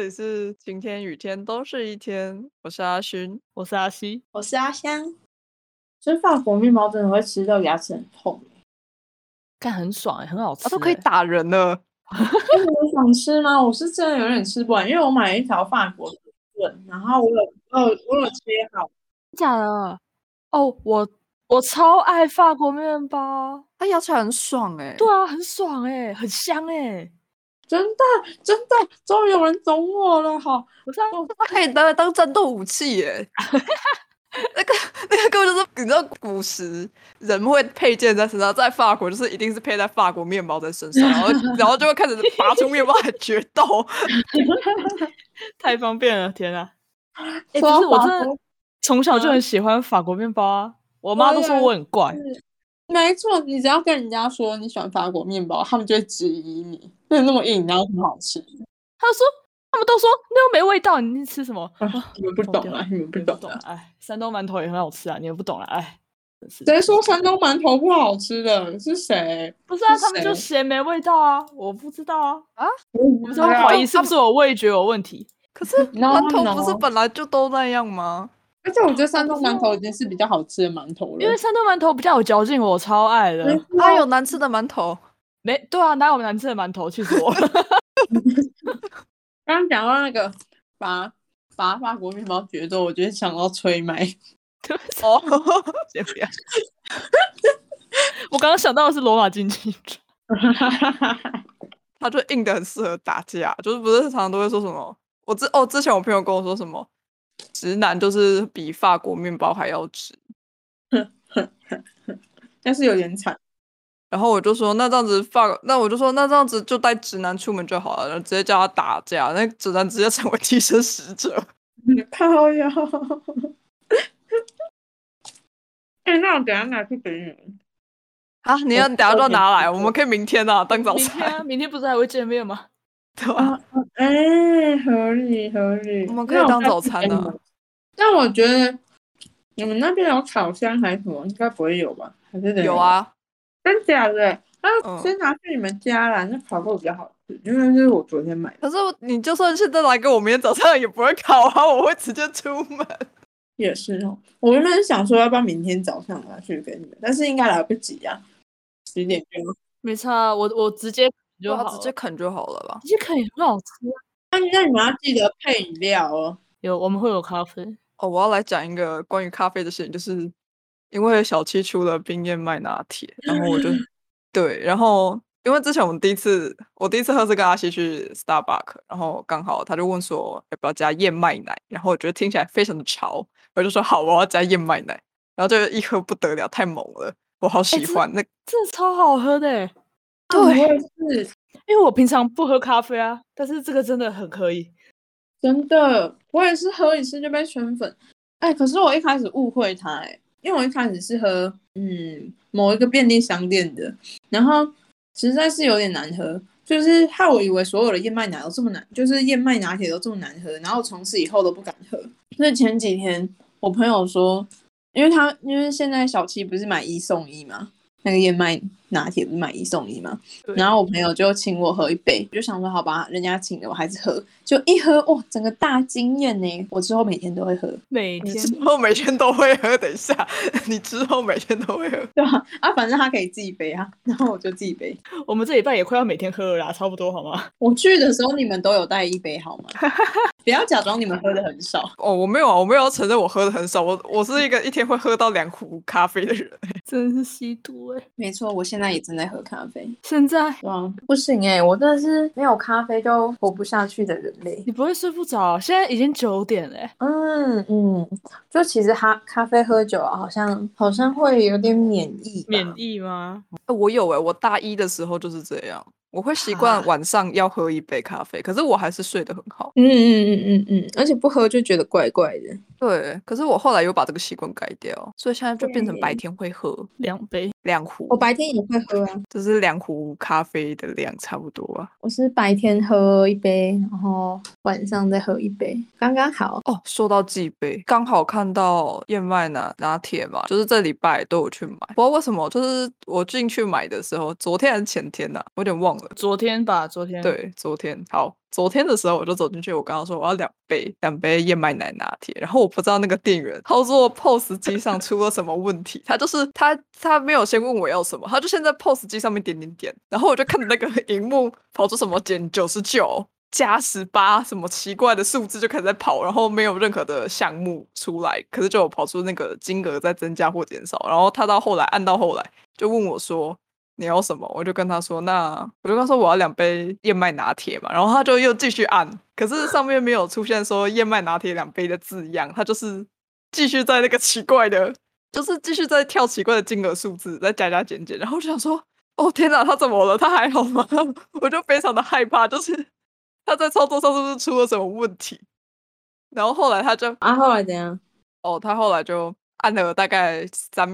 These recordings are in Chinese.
这里是晴天雨天都是一天，我是阿勋， 我是阿西， 我是阿香。吃法国面包真的会吃到牙齿很痛， 看很爽很好吃， 都可以打人了。 我想吃吗？我是真的有点吃不完，因为我买了一条法国盾，然后我有切好。 假的哦，我超爱法国面包， 它咬起来很爽对啊，很爽很香真的，终于有人懂我了，好， 不是啊， 它可以拿来当战斗武器耶。那个根本就是你知道古时人会配件在身上，在法国就是一定是配在法国面包在身上，然后就会开始拔出面包来决斗， 太方便了，天啊！可是我真的从小就很喜欢法国面包啊，我妈都说我很怪。 没错，你只要跟人家说你喜欢法国面包，他们就会质疑你，那么硬，然后很好吃。 他们都说那又没味道，你吃什么？ 你们不懂啊，你们不懂啊！ 哎，山东馒头也很好吃啊，你们不懂了，哎。 谁说山东馒头不好吃的？是谁？ 不是啊，他们就嫌没味道啊，我不知道啊。你们就怀疑是不是我味觉有问题？ 可是馒头不是本来就都那样吗？ 而且我觉得山东馒头已经是比较好吃的馒头了， 因为山东馒头比较有嚼劲，我超爱的。 它有难吃的馒头？ 对啊，哪有难吃的馒头？气死我了！ 刚刚讲到那个拔法国面包节奏，我觉得想到吹麦。 哦，先不要。我刚刚想到的是罗马竞技场， 它就硬的很适合打架，就是不是常常都会说什么？之前我朋友跟我说什么，直男就是比法国面包还要直， 但是有点惨。 然后我就说那这样子那这样子就带直男出门就好了，然后直接叫他打架，那直男直接成为替身使者。 靠腰。那我等一下拿去给你们。 啊，你等下就要拿来，我们可以明天啊当早餐。 明天不是还会见面吗？ 对吧？ 合理。 我们可以当早餐啊。 但我觉得你们那边有烤箱还是什么？应该不会有吧？还是有啊？ 真假的？那先拿去你们家啦，那烤肉比较好吃，因为是我昨天买的。 可是你就算现在来给我，明天早上也不会烤啊，我会直接出门。 也是哦，我原本想说要不要明天早上拿去给你们，但是应该来不及啊，10点就。 没差，我直接就好了， 直接啃就好了吧？ 直接啃也很好吃啊。 那你们要记得配饮料哦。 我们会有咖啡哦。我要来讲一个关于咖啡的事情，就是因为小七出了冰燕麦拿铁，然后我就对，然后因为之前我第一次喝是跟阿西去 Starbucks， 然后刚好他就问说要不要加燕麦奶，然后我觉得听起来非常的潮，我就说好，我要加燕麦奶，然后就一喝不得了，太猛了，我好喜欢。那真的超好喝的对，我也是， 因为我平常不喝咖啡啊，但是这个真的很可以。 真的，我也是喝一次就被圈粉。可是我一开始误会它，因为我一开始是喝某一个便利商店的，然后实在是有点难喝，就是害我以为所有的燕麦奶都这么难，就是燕麦拿铁都这么难喝，然后从此以后都不敢喝。所以前几天我朋友说，因为现在小七不是买1送1嘛，那个燕麦拿铁不是买1送1嘛，然后我朋友就请我喝一杯，就想说好吧，人家请了我还是喝，就一喝哇，整个大惊艳呢！我之后每天都会喝， 每天之后每天都会喝。等一下，你之后每天都会喝？ 对啊，反正他可以自己背啊，然后我就自己背。 我们这礼拜也快要每天喝了啦，差不多好吗？ 我去的时候你们都有带1杯好吗？不要假装你们喝的很少哦。我没有要承认我喝的很少，我是一天会喝到2壶咖啡的人。 真是吸毒没错，我现在也正在喝咖啡。 现在不行我真的是没有咖啡就活不下去的人类。 你不会睡不着？现在已经9点了。 就其实咖啡喝酒好像会有点免疫吗？ 我有我大一的时候就是这样。我会习惯晚上要喝1杯咖啡，可是我还是睡得很好。 而且不喝就觉得怪怪的。 对，可是我后来又把这个习惯改掉，所以现在就变成白天会喝 2杯 2壶。 我白天也会喝啊， 就是2壶咖啡的量差不多啊。 我是白天喝1杯，然后晚上再喝1杯，刚刚好。 说到寄杯，刚好看到燕麦拿铁嘛，就是这礼拜都有去买。不知道为什么，就是我进去买的时候，昨天还是前天啊，我有点忘了。 昨天吧，昨天。 对，昨天。好， 昨天的时候我就走进去，我跟他说我要两杯燕麦奶拿铁，然后我不知道那个店员操作 POS 机上出了什么问题，他就是他没有先问我要什么，他就先在 POS 机上面点，然后我就看着那个荧幕跑出什么减99加18什么奇怪的数字就开始在跑，然后没有任何的项目出来，可是就有跑出那个金额在增加或减少，然后他按到后来就问我说你要什么，我就跟他说我就跟他说我要2杯燕麦拿铁嘛，然后他就又继续按，可是上面没有出现说燕麦拿铁2杯的字样，他就是继续在那个奇怪的，就是继续在跳奇怪的金额数字，再加加减减，然后就想说哦天哪，他怎么了？他还好吗？我就非常的害怕，就是他在操作上是不是出了什么问题？然后后来他就后来怎样？ 他后来就按了大概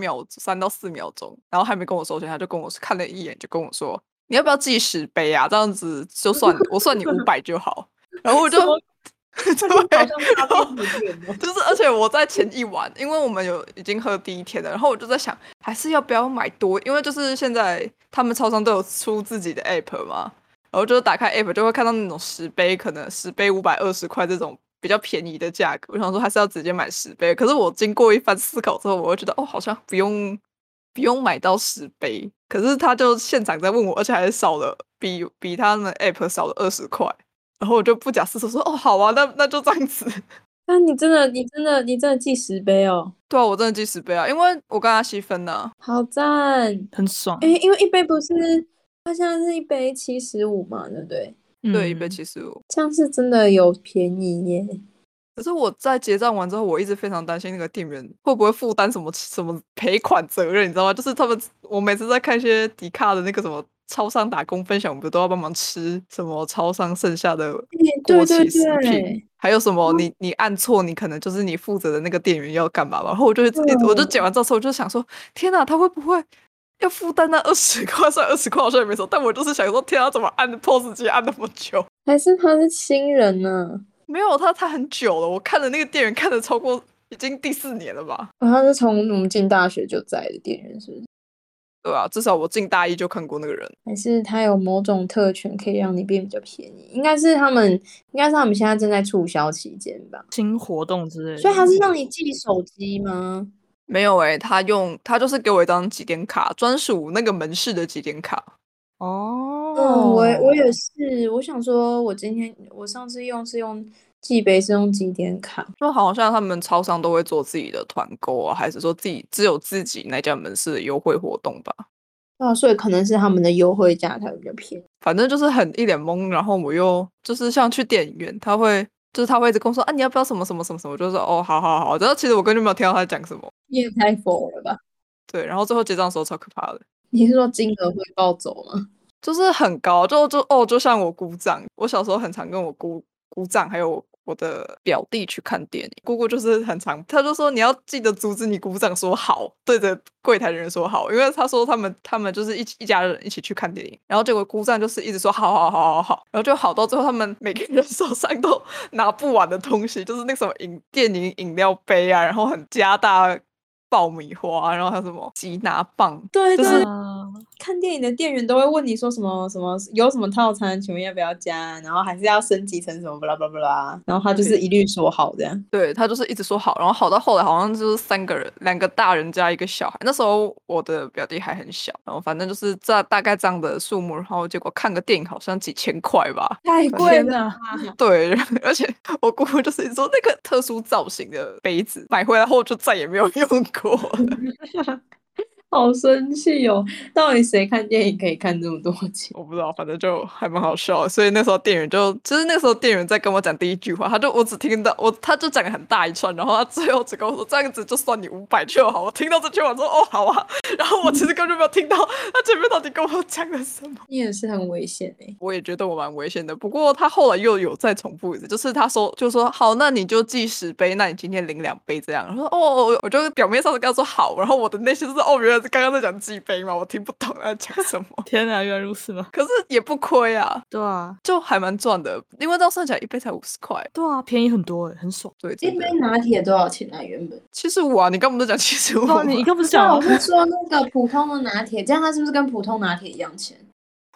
3到4秒钟，然后还没跟我收钱，他就跟我看了一眼，就跟我说：“你要不要记10杯啊？这样子就我算你500就好。”然后我就对，就是而且我在前一晚，因为我们已经喝第一天了，然后我就在想，还是要不要买多？因为就是现在他们超商都有出自己的 app 嘛，然后就打开 app 就会看到那种10杯，可能10杯520块这种比较便宜的价格。我想说还是要直接买10杯，可是我经过一番思考之后，我会觉得好像不用买到10杯。可是他就现场在问我，而且还少了比他们 app 少了20块。然后我就不假思索说好啊，那就这样子。 那你真的记10杯哦？ 对啊，我真的记10杯啊，因为我跟阿西分啊。 好赞， 很爽。 因为一杯不是他现在是1杯75嘛，对不对？ 对，1杯75， 这样是真的有便宜耶。 可是我在结账完之后，我一直非常担心那个店员会不会负担什么赔款责任，你知道吗？就是我每次在看一些迪卡的那个什么超商打工分享，我们不都要帮忙吃什么超商剩下的过期食品，还有什么你按错，你可能就是你负责的那个店员要干嘛嘛？然后我就剪完之后，我就想说，天哪，他会不会要负担那20块？虽然20块好像也没什么，但我就是想说，天啊，怎么按 POS 机按那么久？ 还是他是新人呢？ 没有，他很久了，我看的那个店员看了超过已经第4年了吧？ 他是从我们进大学就在的店员，是不是？ 对啊，至少我进大一就看过那个人。 还是他有某种特权可以让你变比较便宜？应该是他们现在正在促销期间吧， 新活动之类的。 所以他是让你寄手机吗？ 没有他就是给我一张集点卡，专属那个门市的集点卡。 我也是，我想说我上次用寄杯是用集点卡， 就好像他们超商都会做自己的团购啊，还是说只有自己那家门市的优惠活动吧？ 所以可能是他们的优惠价才比较便宜。 反正就是一脸懵，然后我又就是像去电影院，他会一直跟我说你要不要什么什么什么什么，我就说好，然后其实我根本没有听到他讲什么。 你也太佛了吧？对， 然后最后结账的时候超可怕的。 你是说金额会暴走吗？ 就是很高，就像我姑丈，我小时候很常跟我姑丈还有我的表弟去看电影，姑姑就是很常，他就说你要记得阻止你姑丈说好，对着柜台的人说好，因为他说他们就是一家人一起去看电影，然后结果姑丈就是一直说好，然后就好到最后他们每个人手上都拿不完的东西，就是那什么电影饮料杯啊，然后很加大爆米花，然后还有什么吉拿棒， 对， 就是看电影的店员都会问你说什么有什么套餐，请问要不要加，然后还是要升级成什么巴拉巴拉，然后他就是一律说好这样。 对，他就是一直说好，然后好到后来好像就是3个人，2个大人加1个小孩，那时候我的表弟还很小，然后反正就是大概这样的数目，然后结果看个电影好像几千块吧， 太贵了。 对，而且我姑姑就是说那个特殊造型的杯子买回来后就再也没有用过了。 好生气哦！到底谁看电影可以看这么多钱？ 我不知道，反正就还蛮好笑的。所以那时候店员就是那时候店员在跟我讲第一句话，我只听到他就讲了很大一串，然后他最后只跟我说这样子就算你500就好。我听到这句话说好啊，然后我其实根本就没有听到他前面到底跟我讲了什么。 你也是很危险我也觉得我蛮危险的，不过他后来又有再重复一次，就是他说好，那你就记10杯，那你今天领2杯这样。我说我就表面上跟他说好，然后我的内心就是原来是刚刚在讲记杯嘛，我听不懂他在讲什么。 天哪，原来如此吗？ 可是也不亏啊。 对啊， 就还蛮赚的，因为这样算起来1杯才50块。 对啊，便宜很多很爽。 对， 一杯拿铁多少钱啊？原本 75啊，你刚不是讲75？ 你刚不是讲？ 我是说那个普通的拿铁，这样它是不是跟普通拿铁一样钱？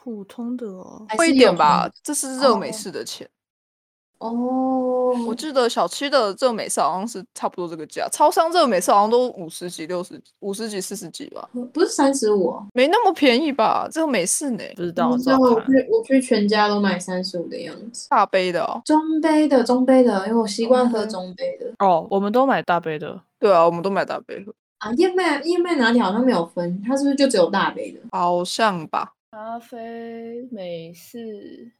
普通的哦， 贵一还是有点吧，这是热美式的钱。我哦， 记得小七的热美式好像是差不多这个价，超商热美式好像都50几、60、50几、40几吧， 不是35哦。 没那么便宜吧？热美式呢？ 不知道， 我找找看。 我去全家都买35的样子， 大杯的哦。 中杯的，因为我习惯喝中杯的哦，我们都买大杯的。 对啊，我们都买大杯喝， 啊。燕麦拿铁好像没有分，它是不是就只有大杯的？ 好像吧。 咖啡美式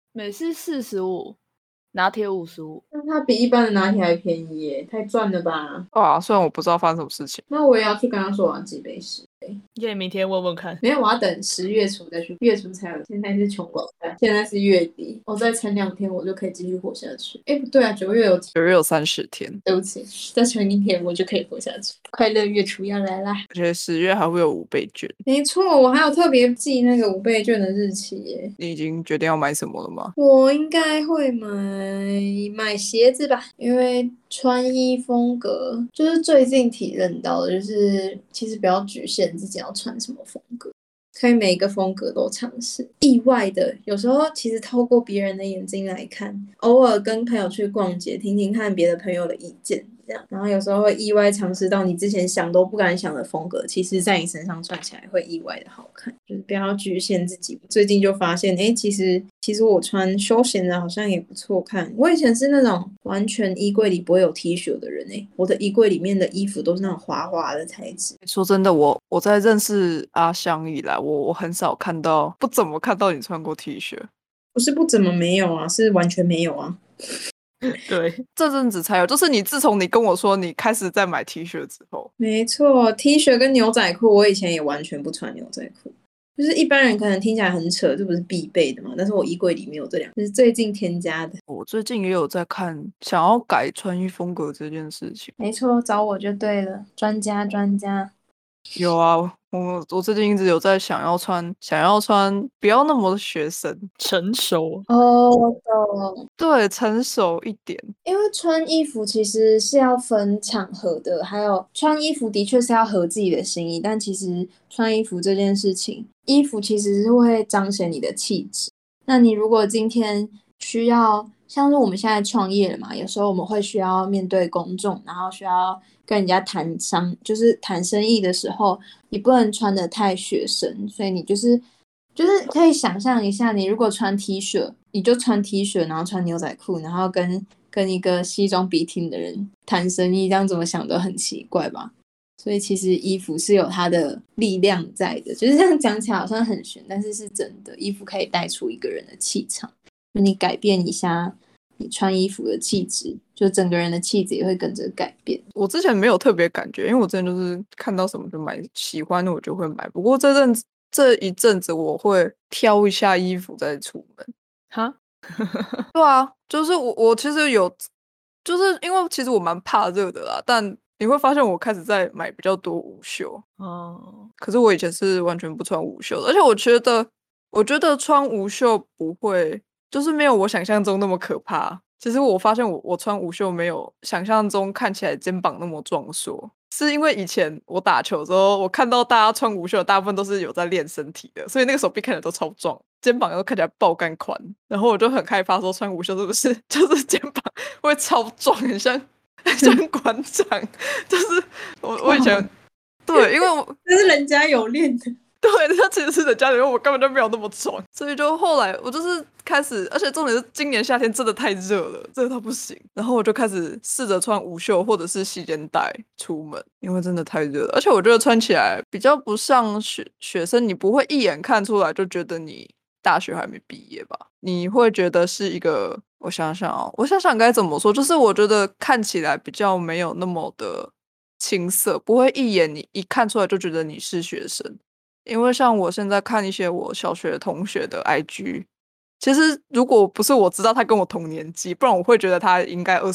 45，拿铁55。 那它比一般的拿铁还便宜耶，太赚了吧！ 哇，虽然我不知道发生什么事情。 那我也要去跟他说我要几杯10杯。 你可以明天问问看。 没有，我要等10月初再去，月初才有。现在是穷光蛋，现在是月底，我再撑2天，我就可以继续活下去。哎，不对啊，9月有， 9月有30天， 对不起，再撑1天我就可以活下去。快乐月初要来啦！ 而且10月还会有5倍券。 没错，我还有特别记那个5倍券的日期耶。 你已经决定要买什么了吗？ 我应该会买鞋子吧，因为穿衣风格就是最近体认到的，就是其实不要局限自己要穿什么风格，可以每一个风格都尝试。意外的，有时候其实透过别人的眼睛来看，偶尔跟朋友去逛街，听听看别的朋友的意见。这样，然后有时候会意外尝试到你之前想都不敢想的风格，其实在你身上穿起来会意外的好看。就是不要局限自己。最近就发现，其实我穿休闲的好像也不错看。我以前是那种完全衣柜里不会有 T 恤的人我的衣柜里面的衣服都是那种滑滑的材质。 说真的，我在认识阿香以来，我很少看到，不怎么看到你穿过 T 恤。 不是不怎么没有啊，是完全没有啊。 对， 这阵子才有，就是你自从你跟我说你开始在买 T 恤之后。 没错，T 恤跟牛仔裤，我以前也完全不穿牛仔裤。就是一般人可能听起来很扯，这不是必备的嘛？但是我衣柜里面有这2个，就是最近添加的。 我最近也有在看，想要改穿衣风格这件事情。 没错，找我就对了，专家。 有啊，我最近一直有在想要穿不要那么学生， 成熟。 哦，我懂。 对，成熟一点。 因为穿衣服其实是要分场合的，还有穿衣服的确是要合自己的心意，但其实穿衣服这件事情，衣服其实是会彰显你的气质。那你如果今天需要，像是我们现在创业了嘛，有时候我们会需要面对公众，然后需要跟人家就是谈生意的时候，你不能穿得太学生，所以你就是可以想象一下，你如果穿 T 恤，你就穿 T 恤，然后穿牛仔裤，然后跟一个西装笔挺的人谈生意，这样怎么想都很奇怪吧？所以其实衣服是有它的力量在的，就是这样讲起来好像很玄，但是是真的，衣服可以带出一个人的气场。就你改变一下你穿衣服的气质，就整个人的气质也会跟着改变。 我之前没有特别感觉，因为我之前就是看到什么就买，喜欢的我就会买。不过这一阵子我会挑一下衣服再出门。 哈， 对啊，就是我其实有，就是因为其实我蛮怕热的啦，但你会发现我开始在买比较多无袖。 哦， 可是我以前是完全不穿无袖的，而且我觉得穿无袖不会，就是没有我想象中那么可怕。其实我发现我穿无袖没有想象中看起来肩膀那么壮硕，是因为以前我打球的时候，我看到大家穿无袖的大部分都是有在练身体的，所以那个手臂看起来都超壮，肩膀又看起来爆干宽，然后我就很害怕说穿无袖是不是就是肩膀会超壮，很像馆长，就是我以前对，因为但是人家有练的。 对，他其实是人家的，因为我根本就没有那么壮，所以就后来我就是开始，而且重点是今年夏天真的太热了，热到不行，然后我就开始试着穿无袖或者是细肩带出门，因为真的太热了，而且我觉得穿起来比较不像学生，你不会一眼看出来就觉得你大学还没毕业吧，你会觉得是一个，我想想该怎么说，就是我觉得看起来比较没有那么的青涩，不会一眼你一看出来就觉得你是学生。因为像我现在看一些我小学同学的 IG， 其实如果不是我知道他跟我同年纪，不然我会觉得他应该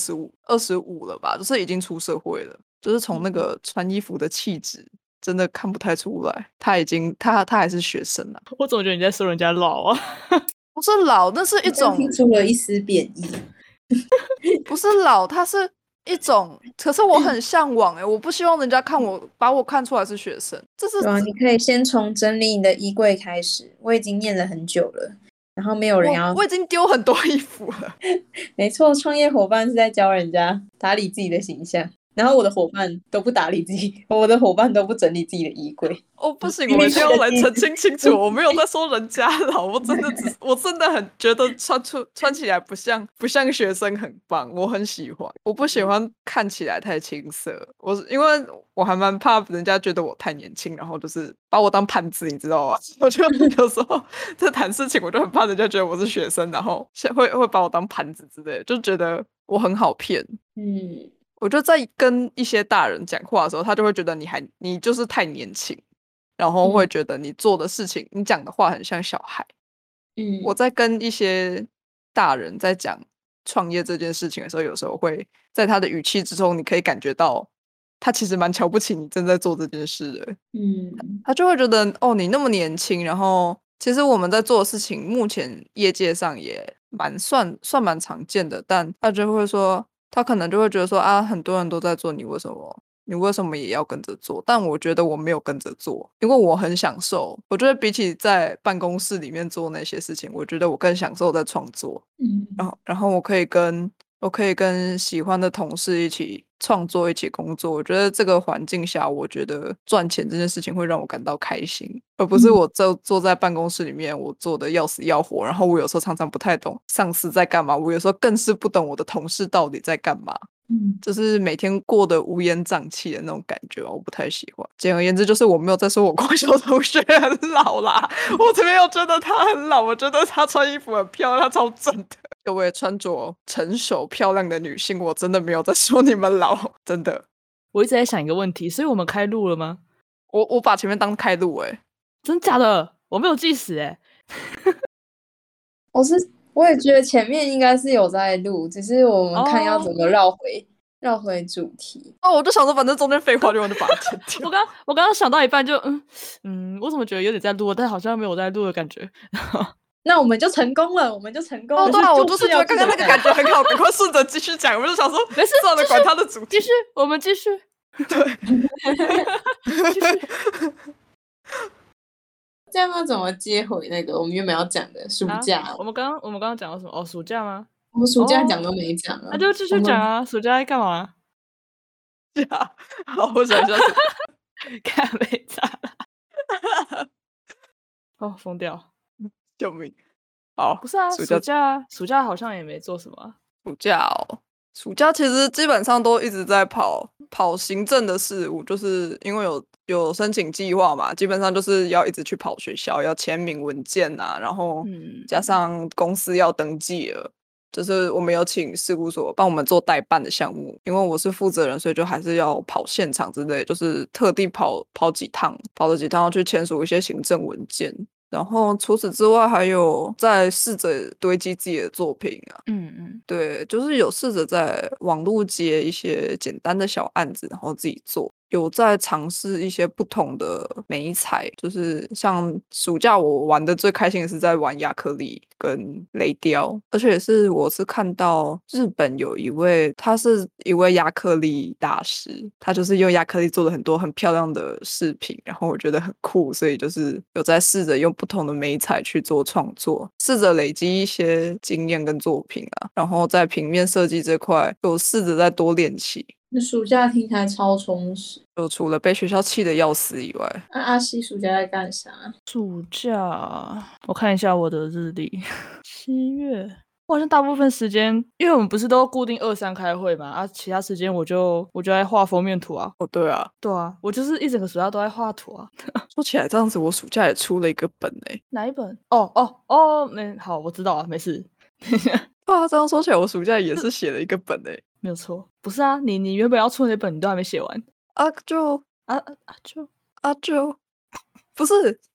25了吧，就是已经出社会了，就是从那个穿衣服的气质真的看不太出来，他还是学生啊。 我总觉得你在说人家老啊。 不是老，那是一种听出了一丝贬义。 不是老，他是一种，可是我很向往我不希望人家把我看出来是学生，这是对啊，你可以先从整理你的衣柜开始。我已经念了很久了，然后没有人要。 我已经丢很多衣服了。 没错，创业伙伴是在教人家打理自己的形象，然后我的伙伴都不打理自己，我的伙伴都不整理自己的衣柜。 不行，我一定要来澄清清楚，我没有在说人家老，我真的很觉得穿起来不像学生很棒，我很喜欢，我不喜欢看起来太青涩，因为我还蛮怕人家觉得我太年轻，然后就是把我当盘子，你知道吗？我就有时候在谈事情，我就很怕人家觉得我是学生，然后会把我当盘子之类的，就觉得我很好骗。我就在跟一些大人讲话的时候，他就会觉得你就是太年轻，然后会觉得你做的事情，你讲的话很像小孩。我在跟一些大人在讲创业这件事情的时候，有时候会在他的语气之中，你可以感觉到他其实蛮瞧不起你正在做这件事的。他就会觉得你那么年轻，然后其实我们在做的事情，目前业界上也算蛮常见的，但他就会说。他可能就会觉得说很多人都在做，你为什么也要跟着做？但我觉得我没有跟着做，因为我很享受。我觉得比起在办公室里面做那些事情，我觉得我更享受在创作。然后我可以跟喜欢的同事一起创作，一起工作。我觉得这个环境下，我觉得赚钱这件事情会让我感到开心，而不是我坐在办公室里面，我做的要死要活，然后我有时候常常不太懂上司在干嘛，我有时候更是不懂我的同事到底在干嘛。就是每天过得乌烟瘴气的那种感觉，我不太喜欢。简而言之，就是我没有在说我国小同学很老啦，我这边又觉得他很老，我觉得他穿衣服很漂亮，他超正的。各位穿着成熟漂亮的女性，我真的没有在说你们老，真的。 我一直在想一个问题，所以我们开录了吗？ 我把前面当开录真假的？我没有计时我也觉得前面应该是有在录，只是我们看要怎么绕回主题。 我就想说，反正中间废话就把它剪掉。 我刚刚想到一半就我怎么觉得有点在录，但好像没有在录的感觉。 那我们就成功了， 对啊，我就是觉得刚刚那个感觉很好，赶快顺着继续讲。我就想说， 没事， 算了，管他的主题， 我们继续。 对， 继续。这样要怎么接回那个我们原本要讲的暑假？ 我们刚刚讲到什么？暑假吗？ 我们暑假讲都没讲啊。 那就继续讲啊！暑假在干嘛？ 好，我想一下， 看没咋了。疯掉！ 救命！好， 不是啊，暑假好像也没做什么。 暑假其实基本上都一直在跑行政的事务，就是因为有申请计划嘛，基本上就是要一直去跑学校，要签名文件啊，然后加上公司要登记了，就是我们有请事务所帮我们做代办的项目，因为我是负责人，所以就还是要跑现场之类，就是特地跑了几趟要去签署一些行政文件。然后除此之外，还有在试着堆积自己的作品啊。对，就是有试着在网络接一些简单的小案子，然后自己做。有在尝试一些不同的媒材，就是像暑假我玩的最开心的是在玩亚克力跟雷雕，而且我是看到日本有他是一位亚克力大师，他就是用亚克力做了很多很漂亮的饰品，然后我觉得很酷，所以就是有在试着用不同的媒材去做创作，试着累积一些经验跟作品啊，然后在平面设计这块有试着再多练习。 那暑假听起来超充实， 就除了被学校气得要死以外。 阿西暑假在干啥？ 暑假我看一下我的日历，7月我好像大部分时间，因为我们不是都固定2、3开会嘛，其他时间我就在画封面图啊。 对啊， 我就是一整个暑假都在画图啊。 说起来这样子，我暑假也出了一个本哪一本？好，我知道啊，没事。 这样说起来，我暑假也是写了一个本没有错。不是啊，你原本要出那本，你都还没写完就不是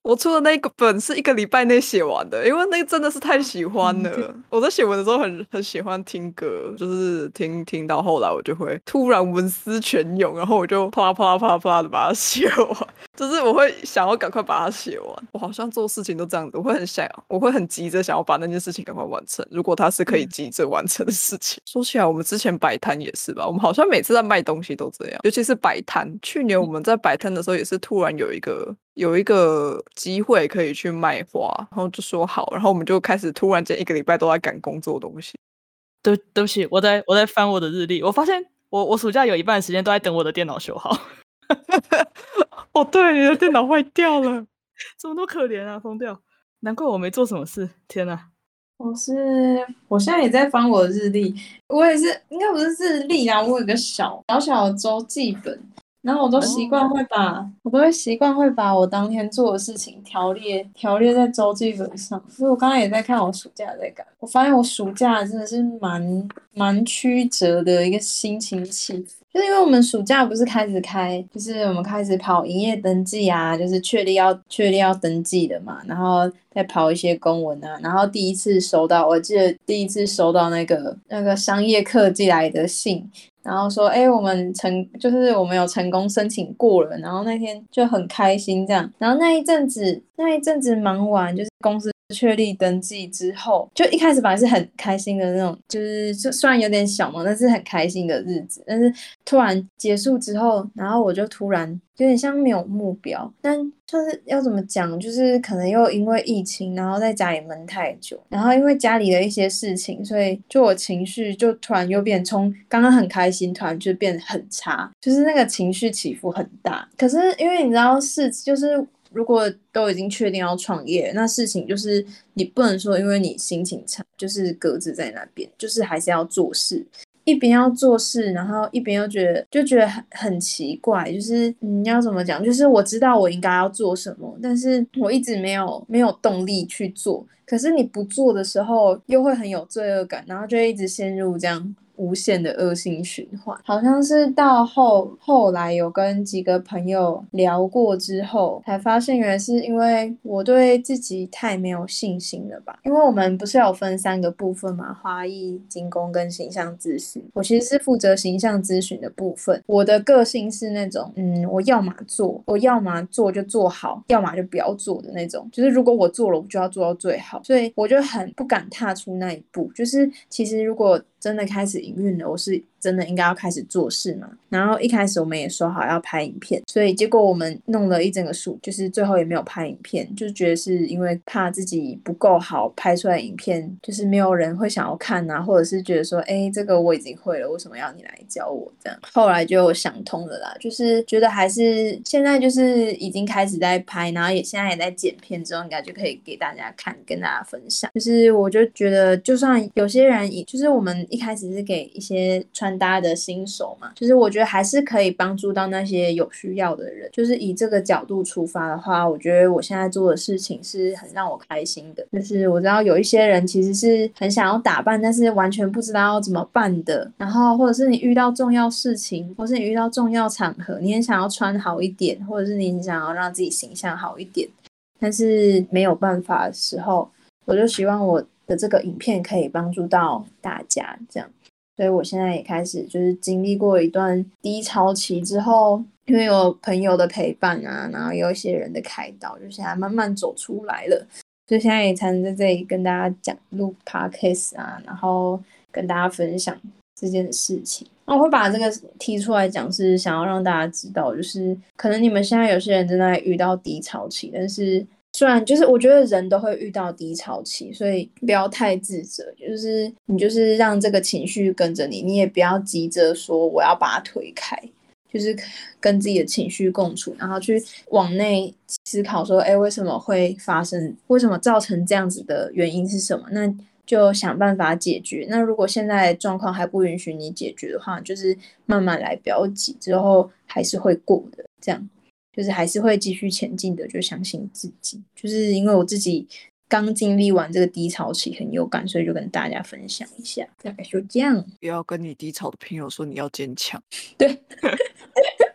我出的那个本是1个礼拜内写完的，因为那个真的是太喜欢了。我在写文的时候很喜欢听歌，就是听到后来我就会突然文思泉涌，然后我就啪啦啪啦啪啦啪啦的把它写完，就是我会想要赶快把它写完。我好像做事情都这样子，我会很急着想要把那件事情赶快完成。如果它是可以急着完成的事情，说起来我们之前摆摊也是吧，我们好像每次在卖东西都这样，尤其是摆摊。去年我们在摆摊的时候也是突然有一个机会可以去卖花，然后就说好，然后我们就开始突然间1个礼拜都在赶工作东西。 对不起，我在翻我的日历，我发现我暑假有一半的时间都在等我的电脑修好。 哦，对，你的电脑坏掉了， 怎么都可怜啊，疯掉！难怪我没做什么事，天哪！ 我现在也在翻我的日历，我也是应该不是日历啦，我有个小小的周记本，然后我都习惯会把我当天做的事情条列在周记本上，所以我刚刚也在看我暑假在干，我发现我暑假真的是蛮曲折的一个心情起伏。就是因为我们暑假不是就是我们开始跑营业登记啊，就是确定要登记的嘛，然后再跑一些公文啊，然后我记得第一次收到那个商业课寄来的信，然后说，我们有成功申请过了，然后那天就很开心这样，然后那一阵子忙完，就是公司确立登记之后，就一开始本来是很开心的那种，就虽然有点小忙，但是很开心的日子。但是突然结束之后，然后我就突然有点像没有目标，但就是要怎么讲，就是可能又因为疫情，然后在家里闷太久，然后因为家里的一些事情，所以就我情绪就突然又变从刚刚很开心，突然就变得很差，就是那个情绪起伏很大。可是因为你知道就是如果都已经确定要创业，那事情就是你不能说因为你心情差，就是搁置在那边，就是还是要做事。一边要做事，然后一边又觉得很奇怪，就是要怎么讲？就是我知道我应该要做什么，但是我一直没有动力去做。可是你不做的时候，又会很有罪恶感，然后就会一直陷入这样无限的恶性循环。好像是到后来有跟几个朋友聊过之后，才发现原来是因为我对自己太没有信心了吧。因为我们不是有分3个部分嘛，花艺、精工跟形象咨询。我其实是负责形象咨询的部分。我的个性是那种我要么做就做好，要么就不要做的那种，就是如果我做了，我就要做到最好，所以我就很不敢踏出那一步。就是其实如果真的开始营运了，我是真的应该要开始做事嘛。然后一开始我们也说好要拍影片，所以结果我们弄了一整个数，就是最后也没有拍影片，就是觉得是因为怕自己不够好，拍出来影片就是没有人会想要看啊，或者是觉得说这个我已经会了，为什么要你来教我这样。后来就想通了啦，就是觉得还是现在就是已经开始在拍，然后现在也在剪片之后，应该就可以给大家看，跟大家分享。就是我就觉得就算有些人就是我们一开始是给一些穿搭的新手嘛，就是我觉得还是可以帮助到那些有需要的人。就是以这个角度出发的话，我觉得我现在做的事情是很让我开心的。就是我知道有一些人其实是很想要打扮，但是完全不知道要怎么办的，然后或者是你遇到重要事情，或是你遇到重要场合，你很想要穿好一点，或者是你很想要让自己形象好一点，但是没有办法的时候，我就希望我的这个影片可以帮助到大家这样。所以我现在也开始就是经历过一段低潮期之后，因为有朋友的陪伴啊，然后有一些人的开导，就现在慢慢走出来了。所以现在也才能在这里跟大家讲录 podcast 啊，然后跟大家分享这件事情。那我会把这个提出来讲，是想要让大家知道，就是可能你们现在有些人正在遇到低潮期，但是虽然就是我觉得人都会遇到低潮期，所以不要太自责，就是你就是让这个情绪跟着你，你也不要急着说我要把它推开，就是跟自己的情绪共处，然后去往内思考说为什么会发生，为什么造成这样子的原因是什么，那就想办法解决。那如果现在状况还不允许你解决的话，就是慢慢来，不要急，之后还是会过的，这样就是还是会继续前进的，就相信自己。就是因为我自己刚经历完这个低潮期很有感，所以就跟大家分享一下，大概就这样。 不要跟你低潮的朋友说你要坚强。 对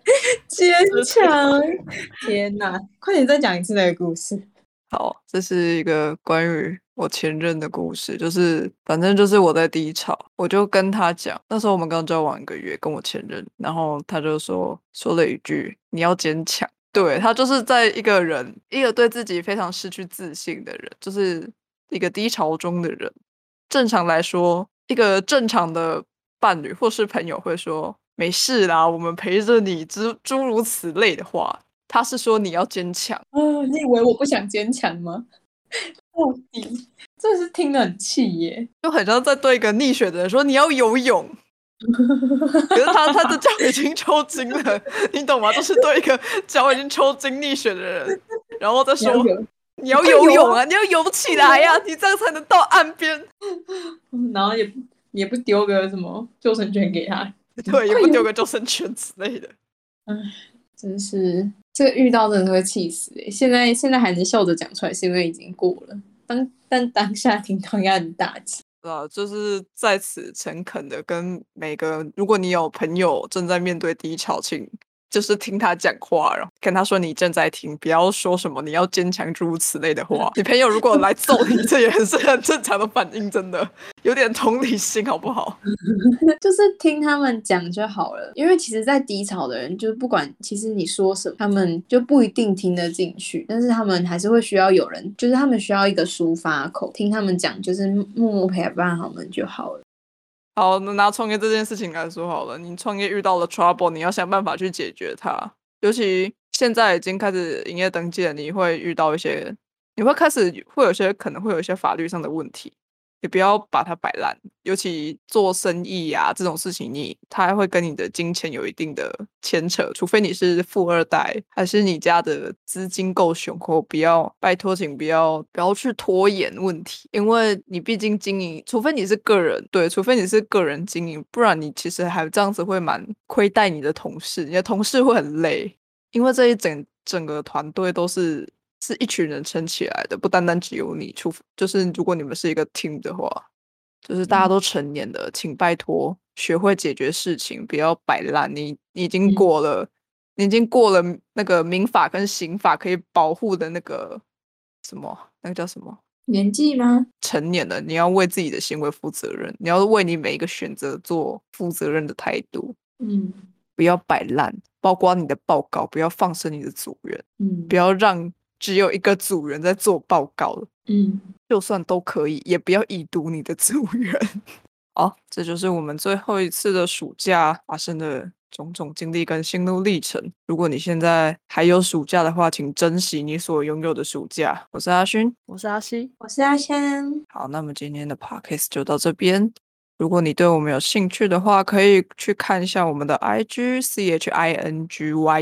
坚强。天哪，快点再讲一次那个故事。 好，这是一个关于我前任的故事，就是反正就是我在低潮，我就跟他讲，那时候我们刚交往1个月，跟我前任，然后他就说了一句你要坚强。对，他就是在一个对自己非常失去自信的人，就是一个低潮中的人。正常来说，一个正常的伴侣或是朋友会说没事啦，我们陪着你，诸如此类的话。他是说你要坚强。 你以为我不想坚强吗？到底这是听得很气耶， 就很像在对一个溺水的人说你要游泳。可是他的脚已经抽筋了，你懂吗？就是对一个脚已经抽筋溺水的人，然后再说你要游泳啊，你要游起来呀，你这样才能到岸边。 然后也不丢个什么救生圈给他， 对，也不丢个救生圈之类的。 唉，真是这个遇到真的会气死耶。现在还能笑着讲出来，是因为已经过了。但当下听到应该很大气。 就是在此诚恳的跟每个，如果你有朋友正在面对低潮，请就是听他讲话，然后跟他说你正在听，不要说什么你要坚强诸如此类的话。你朋友如果来揍你，这也是很正常的反应，真的有点同理心好不好？ 就是听他们讲就好了，因为其实在低潮的人，就不管其实你说什么，他们就不一定听得进去，但是他们还是会需要有人，就是他们需要一个抒发口，听他们讲，就是默默陪伴他们就好了。 好，拿创业这件事情来说好了，你创业遇到了 trouble， 你要想办法去解决它。尤其现在已经开始营业登记了，你会遇到你会开始可能会有一些法律上的问题。你不要把它摆烂，尤其做生意啊这种事情，它还会跟你的金钱有一定的牵扯，除非你是富二代，还是你家的资金够雄厚，拜托请不要去拖延问题，因为你毕竟经营，除非你是个人经营，不然你其实还这样子会蛮亏待你的同事，你的同事会很累，因为这一整个团队都是一群人撑起来的，不单单只有你。就是如果你们是一个 team 的话，就是大家都成年了，请拜托学会解决事情，不要摆烂。你已经过了那个民法跟刑法可以保护的那个叫什么年纪吗？ 成年了，你要为自己的行为负责任，你要为你每一个选择做负责任的态度。不要摆烂，包括你的报告，不要放生你的组员，不要让只有一个组员在做报告了，就算都可以，也不要已读你的组员。好，这就是我们最后一次的暑假发生的种种经历跟心路历程。如果你现在还有暑假的话，请珍惜你所拥有的暑假。我是阿勋， 我是阿西， 我是阿香。 好，那么今天的 podcast 就到这边。如果你对我们有兴趣的话，可以去看一下我们的 IG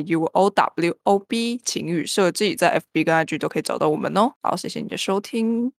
CHINGYUOWOB 情侣设计，在 FB 跟 IG 都可以找到我们哦。好，谢谢你的收听。